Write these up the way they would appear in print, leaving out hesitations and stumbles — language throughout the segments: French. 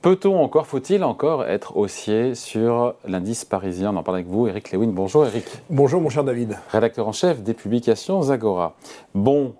Faut-il encore être haussier sur l'indice parisien? On en parle avec vous, Eric Lewin. Bonjour Eric. Bonjour mon cher David. Rédacteur en chef des publications Agora. Bon,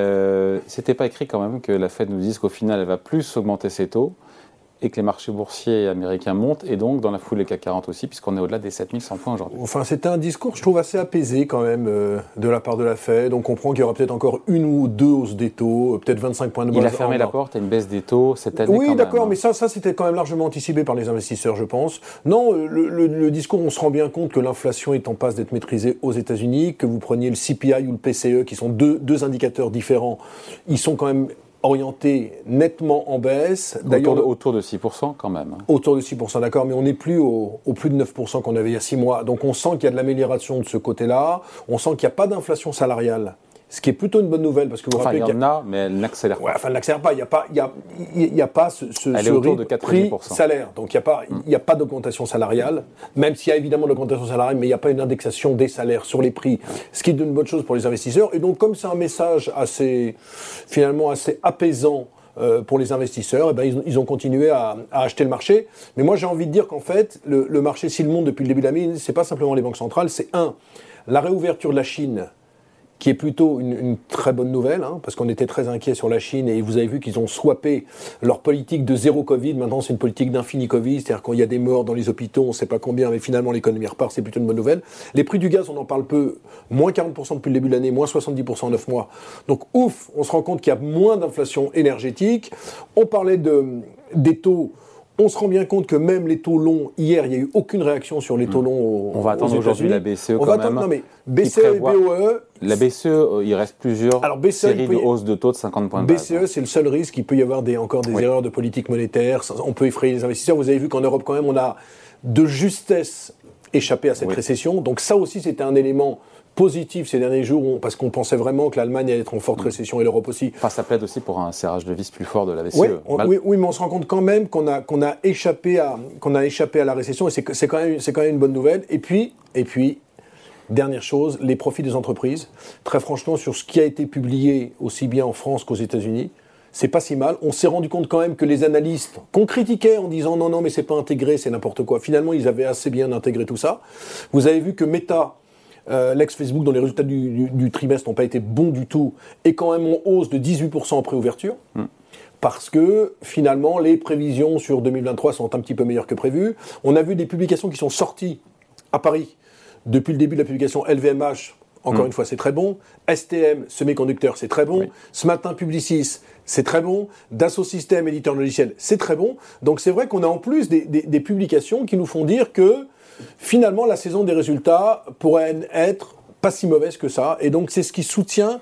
c'était pas écrit quand même que la Fed nous dise qu'au final elle va plus augmenter ses taux et que les marchés boursiers américains montent, et donc dans la foulée CAC 40 aussi, puisqu'on est au-delà des 7100 points aujourd'hui. Enfin, c'était un discours, je trouve, assez apaisé quand même de la part de la Fed. On comprend qu'il y aura peut-être encore une ou deux hausses des taux, peut-être 25 points de base. Il a fermé la porte à une baisse des taux cette année. Oui, d'accord, mais ça, c'était quand même largement anticipé par les investisseurs, je pense. Non, le discours, on se rend bien compte que l'inflation est en passe d'être maîtrisée aux États-Unis, que vous preniez le CPI ou le PCE, qui sont deux indicateurs différents, ils sont quand même orienté nettement en baisse. Autour de 6% quand même. Autour de 6%, d'accord, mais on n'est plus au plus de 9% qu'on avait il y a 6 mois. Donc on sent qu'il y a de l'amélioration de ce côté-là. On sent qu'il n'y a pas d'inflation salariale. Ce qui est plutôt une bonne nouvelle, parce que vous rappelez qu'il y en a, mais elle n'accélère pas. Ouais, enfin, elle n'accélère pas. Il n'y a pas ce prix salaire. Donc il n'y a pas d'augmentation salariale, même s'il y a évidemment de l'augmentation salariale, mais il n'y a pas une indexation des salaires sur les prix, ce qui est une bonne chose pour les investisseurs. Et donc comme c'est un message finalement assez apaisant pour les investisseurs, eh ben, ils ont continué à acheter le marché. Mais moi j'ai envie de dire qu'en fait, le marché, s'il monte depuis le début de l'année, c'est pas simplement les banques centrales, c'est la réouverture de la Chine, qui est plutôt une très bonne nouvelle, hein, parce qu'on était très inquiets sur la Chine, et vous avez vu qu'ils ont swappé leur politique de zéro Covid. Maintenant, c'est une politique d'infini Covid, c'est-à-dire quand il y a des morts dans les hôpitaux, on ne sait pas combien, mais finalement l'économie repart, c'est plutôt une bonne nouvelle. Les prix du gaz, on en parle peu, moins 40% depuis le début de l'année, moins 70% en 9 mois. Donc ouf, on se rend compte qu'il y a moins d'inflation énergétique. On parlait des taux. On se rend bien compte que même les taux longs, hier, il n'y a eu aucune réaction sur les taux longs On va attendre aujourd'hui la BCE quand même. Non mais BCE et BOE... La BCE, il reste plusieurs séries de hausse de taux de 50 points de base. BCE, c'est le seul risque. Il peut y avoir encore des erreurs de politique monétaire. On peut effrayer les investisseurs. Vous avez vu qu'en Europe, quand même, on a de justesse échappé à cette récession. Donc ça aussi, c'était un élément positif ces derniers jours, parce qu'on pensait vraiment que l'Allemagne allait être en forte récession et l'Europe aussi. Enfin, ça plaide aussi pour un serrage de vis plus fort de la BCE. Oui, mais on se rend compte quand même qu'on a échappé à la récession, et c'est quand même une bonne nouvelle. Et puis, dernière chose, les profits des entreprises. Très franchement, sur ce qui a été publié aussi bien en France qu'aux États-Unis, c'est pas si mal. On s'est rendu compte quand même que les analystes qu'on critiquait en disant non, mais c'est pas intégré, c'est n'importe quoi. Finalement, ils avaient assez bien intégré tout ça. Vous avez vu que Meta, l'ex-Facebook, dont les résultats du trimestre n'ont pas été bons du tout, est quand même en hausse de 18% en préouverture. Parce que, finalement, les prévisions sur 2023 sont un petit peu meilleures que prévues. On a vu des publications qui sont sorties à Paris depuis le début de la publication. LVMH, encore une fois, c'est très bon. STM, semi-conducteur, c'est très bon. Oui. Ce matin, Publicis, c'est très bon. Dassault Systèmes, éditeur logiciel, c'est très bon. Donc c'est vrai qu'on a en plus des publications qui nous font dire que, finalement, la saison des résultats pourrait être pas si mauvaise que ça. Et donc, c'est ce qui soutient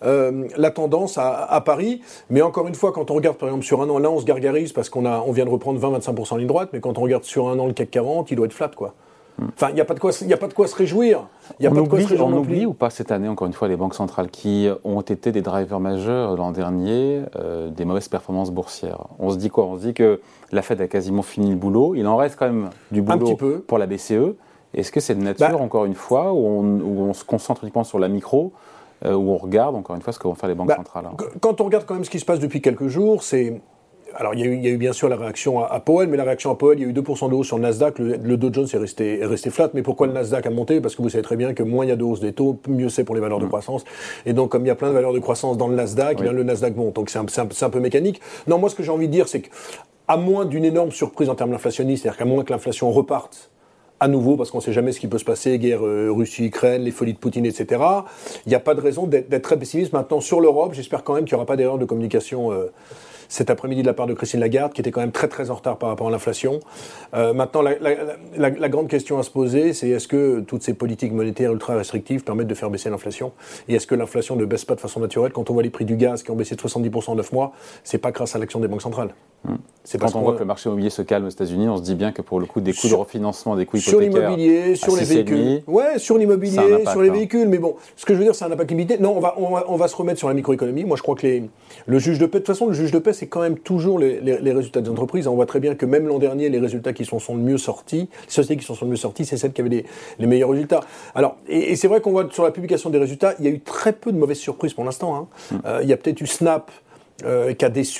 la tendance à Paris. Mais encore une fois, quand on regarde, par exemple, sur un an, là, on se gargarise parce qu'on vient de reprendre 20-25% en ligne droite. Mais quand on regarde sur un an le CAC 40, il doit être flat, quoi. Enfin, il n'y a pas de quoi se réjouir. On oublie ou pas cette année, encore une fois, les banques centrales qui ont été des drivers majeurs l'an dernier des mauvaises performances boursières. On se dit quoi? On se dit que la Fed a quasiment fini le boulot. Il en reste quand même du boulot pour la BCE. Est-ce que c'est de nature, encore une fois, où on se concentre uniquement sur la micro, où on regarde, encore une fois, ce que vont faire les banques centrales? Quand on regarde quand même ce qui se passe depuis quelques jours, c'est... Alors, il y a eu bien sûr la réaction à Powell, mais la réaction à Powell, il y a eu 2% de hausse sur le Nasdaq. Le Dow Jones est resté flat. Mais pourquoi le Nasdaq a monté? Parce que vous savez très bien que moins il y a de hausse des taux, mieux c'est pour les valeurs de croissance. Et donc, comme il y a plein de valeurs de croissance dans le Nasdaq, le Nasdaq monte. Donc, c'est un peu mécanique. Non, moi, ce que j'ai envie de dire, c'est qu'à moins d'une énorme surprise en termes inflationnistes, c'est-à-dire qu'à moins que l'inflation reparte à nouveau, parce qu'on ne sait jamais ce qui peut se passer, guerre Russie-Ukraine, les folies de Poutine, etc., il n'y a pas de raison d'être très pessimiste. Maintenant, sur l'Europe, j'espère quand même qu'il n'y aura pas d'erreur de communication cet après-midi de la part de Christine Lagarde, qui était quand même très très en retard par rapport à l'inflation. Maintenant, la grande question à se poser, c'est est-ce que toutes ces politiques monétaires ultra restrictives permettent de faire baisser l'inflation? Et est-ce que l'inflation ne baisse pas de façon naturelle? Quand on voit les prix du gaz qui ont baissé de 70% en 9 mois, c'est pas grâce à l'action des banques centrales. Quand on voit que le marché immobilier se calme aux États-Unis, on se dit bien que pour le coup, des coûts de refinancement, des coûts sur hypothécaires... Sur l'immobilier, sur les véhicules. Ouais, sur l'immobilier, sur les véhicules. Mais bon, ce que je veux dire, c'est un impact limité. Non, on va se remettre sur la microéconomie. Moi, je crois que le juge de paix, de toute façon, le juge de paix, c'est quand même toujours les résultats des entreprises. On voit très bien que même l'an dernier, les résultats qui sont le mieux sortis, les sociétés qui sont le mieux sorties, c'est celles qui avaient les meilleurs résultats. Alors, et c'est vrai qu'on voit sur la publication des résultats, il y a eu très peu de mauvaises surprises pour l'instant. Il y a peut-être eu Snap qui a déçu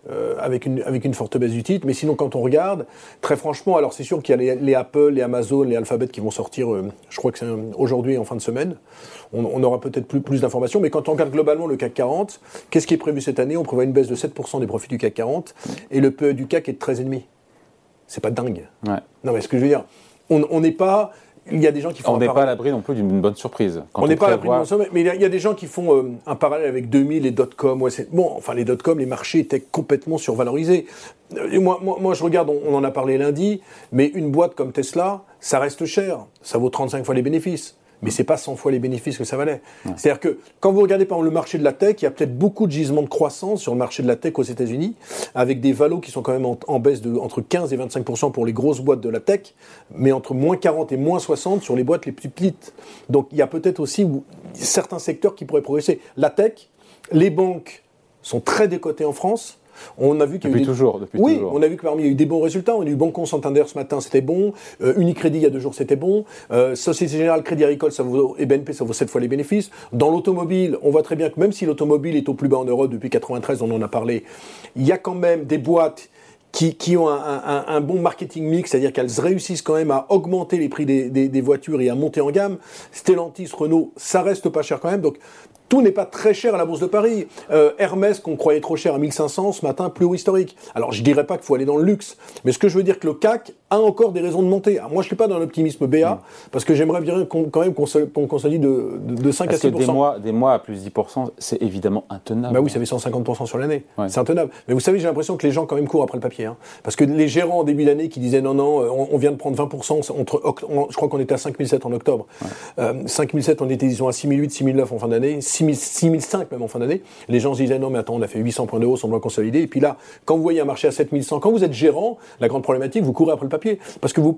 avec une forte baisse du titre. Mais sinon, quand on regarde, très franchement, alors c'est sûr qu'il y a les Apple, les Amazon, les Alphabet qui vont sortir, je crois que c'est aujourd'hui en fin de semaine. On aura peut-être plus d'informations, mais quand on regarde globalement le CAC 40, qu'est-ce qui est prévu cette année? On prévoit une baisse de 7% des profits du CAC 40 et le PE du CAC est de 13,5. C'est pas dingue. Ouais. Non, mais ce que je veux dire, on n'est pas... Il y a des gens qui font on n'est pas à l'abri non plus d'une bonne surprise. On n'est pas à l'abri d'une bonne surprise, mais il y a des gens qui font un parallèle avec 2000, les dot-com. Ouais, bon, enfin, les dot-com, les marchés étaient complètement survalorisés. Et moi, je regarde, on en a parlé lundi, mais une boîte comme Tesla, ça reste cher. Ça vaut 35 fois les bénéfices. Mais c'est pas 100 fois les bénéfices que ça valait. Ouais. C'est-à-dire que quand vous regardez par exemple le marché de la tech, il y a peut-être beaucoup de gisements de croissance sur le marché de la tech aux États-Unis, avec des valos qui sont quand même en baisse de entre 15 et 25% pour les grosses boîtes de la tech, mais entre moins 40 et moins 60 sur les boîtes les plus petites. Donc il y a peut-être aussi certains secteurs qui pourraient progresser. La tech, les banques sont très décotées en France. On a vu qu'il y a eu toujours. On a vu que parmi il y a eu des bons résultats. On a eu Banco Santander ce matin, c'était bon. Unicredit il y a 2 jours, c'était bon. Société Générale, Crédit Agricole, et BNP, ça vaut 7 fois les bénéfices. Dans l'automobile, on voit très bien que même si l'automobile est au plus bas en Europe depuis 93, on en a parlé, il y a quand même des boîtes qui ont un bon marketing mix, c'est-à-dire qu'elles réussissent quand même à augmenter les prix des voitures et à monter en gamme. Stellantis, Renault, ça reste pas cher quand même. Donc tout n'est pas très cher à la Bourse de Paris. Hermès, qu'on croyait trop cher à 1500, ce matin, plus haut historique. Alors, je dirais pas qu'il faut aller dans le luxe, mais ce que je veux dire que le CAC a encore des raisons de monter. Alors, moi, je suis pas dans l'optimisme BA, parce que j'aimerais bien quand même qu'on consolide de 5 à 6%. Parce que des mois à plus 10%, c'est évidemment intenable. Bah oui, ça fait 150% sur l'année. Ouais. C'est intenable. Mais vous savez, j'ai l'impression que les gens quand même courent après le papier. Hein. Parce que les gérants en début d'année qui disaient non, on vient de prendre 20%, je crois qu'on était à 5007 en octobre. Ouais. 5007, on était disons à 6008, 6009 en fin d'année. 6005 même en fin d'année, les gens se disaient non mais attends, on a fait 800 points de hausse, on doit consolider. Et puis là, quand vous voyez un marché à 7100, quand vous êtes gérant, la grande problématique, vous courez après le papier. Parce que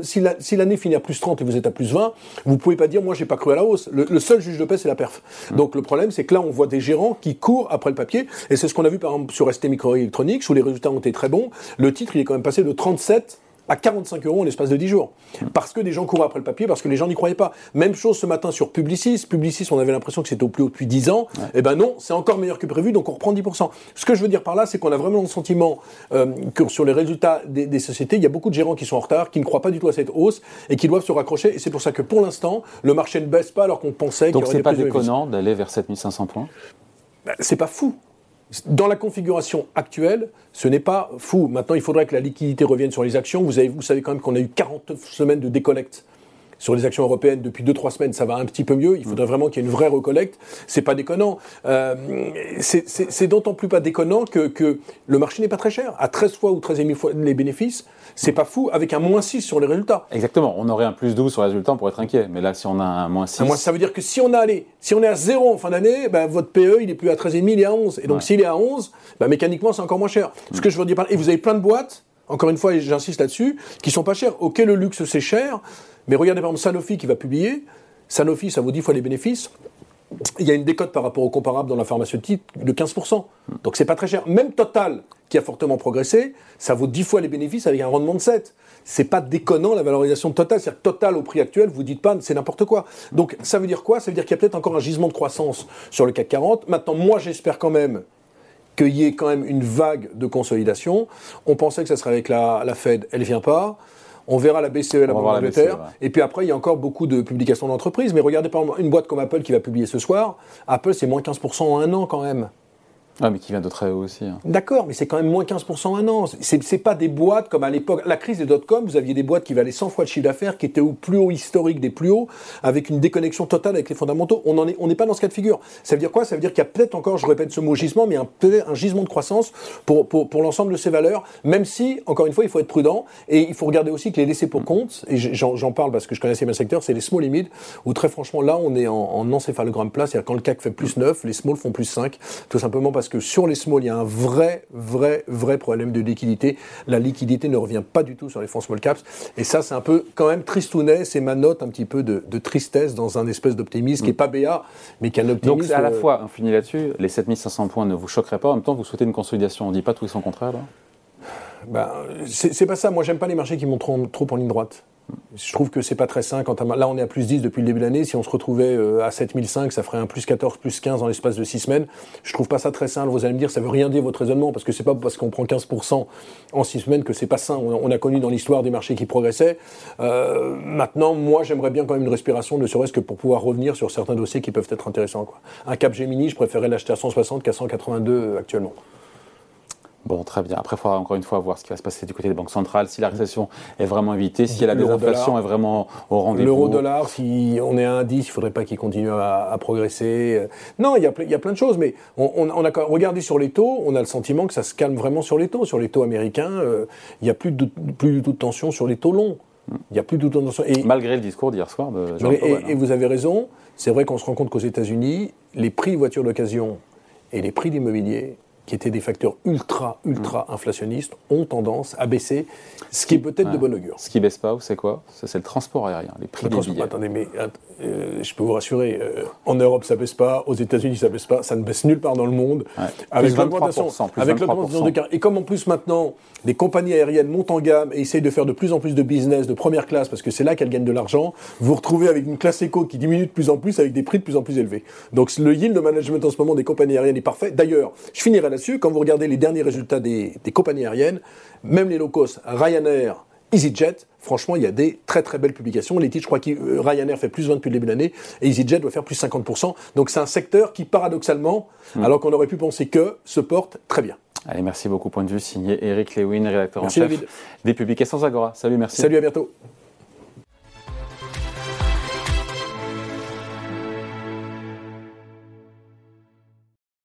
si l'année finit à plus 30 et vous êtes à plus 20, vous pouvez pas dire moi j'ai pas cru à la hausse. Le seul juge de paix c'est la perf. Donc le problème c'est que là on voit des gérants qui courent après le papier et c'est ce qu'on a vu par exemple sur ST Microelectronics où les résultats ont été très bons. Le titre il est quand même passé de 37 à 45 € en l'espace de 10 jours. Parce que des gens courent après le papier, parce que les gens n'y croyaient pas. Même chose ce matin sur Publicis. Publicis, on avait l'impression que c'était au plus haut depuis 10 ans. Ouais. Eh ben non, c'est encore meilleur que prévu, donc on reprend 10%. Ce que je veux dire par là, c'est qu'on a vraiment le sentiment que sur les résultats des sociétés, il y a beaucoup de gérants qui sont en retard, qui ne croient pas du tout à cette hausse et qui doivent se raccrocher. Et c'est pour ça que pour l'instant, le marché ne baisse pas alors qu'on pensait qu'il y aurait des plus de bénéfices. Donc c'est pas déconnant d'aller vers 7500 points? C'est pas fou. Dans la configuration actuelle, ce n'est pas fou. Maintenant, il faudrait que la liquidité revienne sur les actions. Vous savez quand même qu'on a eu 40 semaines de décollecte sur les actions européennes depuis 2-3 semaines. Ça va un petit peu mieux. Il faudrait vraiment qu'il y ait une vraie recollecte. C'est pas déconnant. C'est d'autant plus pas déconnant que le marché n'est pas très cher. À 13 fois ou 13,5 fois les bénéfices, c'est pas fou avec un moins 6 sur les résultats. Exactement. On aurait un plus 12 sur les résultats, on pourrait être inquiet. Mais là, si on a un moins 6... ça veut dire que si on est à 0 en fin d'année, ben, votre PE, il est plus à 13,5, il est à 11. Et donc, s'il est à 11, ben, mécaniquement, c'est encore moins cher. Ce que je veux dire par là, et vous avez plein de boîtes, encore une fois, et j'insiste là-dessus, qui sont pas chères. Ok, le luxe, c'est cher. Mais regardez par exemple Sanofi qui va publier. Sanofi, ça vaut 10 fois les bénéfices. Il y a une décote par rapport au comparable dans la pharmaceutique de 15%. Donc c'est pas très cher. Même Total, qui a fortement progressé, ça vaut 10 fois les bénéfices avec un rendement de 7. C'est pas déconnant la valorisation de Total. C'est-à-dire que Total au prix actuel, vous dites pas c'est n'importe quoi. Donc ça veut dire quoi? Ça veut dire qu'il y a peut-être encore un gisement de croissance sur le CAC 40. Maintenant, moi j'espère quand même qu'il y ait quand même une vague de consolidation. On pensait que ça serait avec la Fed, elle vient pas. On verra la BCE et la Banque d'Angleterre. Et puis après, il y a encore beaucoup de publications d'entreprises. Mais regardez par exemple une boîte comme Apple qui va publier ce soir. Apple, c'est moins 15% en un an quand même. Ah, mais qui vient de très haut aussi. Hein. D'accord, mais c'est quand même moins 15% en un an. C'est pas des boîtes comme à l'époque. La crise des dot-com, vous aviez des boîtes qui valaient 100 fois le chiffre d'affaires, qui étaient au plus haut historique des plus hauts, avec une déconnexion totale avec les fondamentaux. On n'est pas dans ce cas de figure. Ça veut dire quoi? Ça veut dire qu'il y a peut-être encore, je répète ce mot gisement, mais peut-être un gisement de croissance pour l'ensemble de ces valeurs, même si, encore une fois, il faut être prudent. Et il faut regarder aussi que les laissés pour compte, et j'en parle parce que je connais assez bien le secteur, c'est les small et mid, où très franchement, là, on est en encéphalogramme plat, c'est-à-dire quand le CAC fait plus 9, les small font plus 5, tout simplement parce que sur les small, il y a un vrai problème de liquidité. La liquidité ne revient pas du tout sur les fonds small caps. Et ça, c'est un peu quand même tristounet. C'est ma note un petit peu de tristesse dans un espèce d'optimisme qui n'est pas BA, mais qui est un optimisme... Donc à la fois, on finit là-dessus, les 7500 points ne vous choqueraient pas. En même temps, vous souhaitez une consolidation. On ne dit pas tout et son contraire, là? C'est pas ça. Moi, j'aime pas les marchés qui montent trop en ligne droite. Je trouve que c'est pas très sain. Là, on est à plus 10 depuis le début de l'année. Si on se retrouvait à 7005, ça ferait un plus 14, plus 15 dans l'espace de 6 semaines. Je trouve pas ça très sain. Vous allez me dire, ça veut rien dire votre raisonnement, parce que c'est pas parce qu'on prend 15% en 6 semaines que c'est pas sain. On a connu dans l'histoire des marchés qui progressaient. Maintenant, moi, j'aimerais bien quand même une respiration, ne serait-ce que pour pouvoir revenir sur certains dossiers qui peuvent être intéressants, quoi. Un Capgemini, je préférais l'acheter à 160 qu'à 182 actuellement. Bon, très bien. Après, il faudra encore une fois voir ce qui va se passer du côté des banques centrales, si la récession est vraiment évitée, si la désinflation est vraiment au rendez-vous. L'euro-dollar, si on est à 1,10, il ne faudrait pas qu'il continue à progresser. Non, il y a plein de choses, mais on a regardé sur les taux, on a le sentiment que ça se calme vraiment sur les taux. Sur les taux américains, il n'y a plus du tout de tension sur les taux longs. Il n'y a plus du tout de tension. Malgré le discours d'hier soir de Jean Powell. Et vous avez raison, c'est vrai qu'on se rend compte qu'aux États-Unis, les prix de voitures d'occasion et les prix d'immobilier, qui étaient des facteurs ultra inflationnistes, ont tendance à baisser, ce qui est peut-être de bon augure. Ce qui ne baisse pas, c'est quoi ? C'est le transport aérien, les prix des billets. Attendez, mais je peux vous rassurer, en Europe ça ne baisse pas, aux États-Unis ça ne baisse pas, ça ne baisse nulle part dans le monde. Ouais. Avec l'augmentation de cas. Et comme en plus maintenant, les compagnies aériennes montent en gamme et essayent de faire de plus en plus de business de première classe, parce que c'est là qu'elles gagnent de l'argent, vous vous retrouvez avec une classe éco qui diminue de plus en plus, avec des prix de plus en plus élevés. Donc le yield management en ce moment des compagnies aériennes est parfait. D'ailleurs, je finirai là-dessus, quand vous regardez les derniers résultats des compagnies aériennes, même les low-cost, Ryanair, EasyJet, franchement, il y a des très très belles publications. Les titres, je crois que Ryanair fait plus 20 depuis le début de l'année et EasyJet doit faire plus 50%. Donc c'est un secteur qui, paradoxalement, alors qu'on aurait pu penser que, se porte très bien. Allez, merci beaucoup. Point de vue signé Eric Lewin, rédacteur en chef des Publications Agora. Salut, merci. Salut, à bientôt.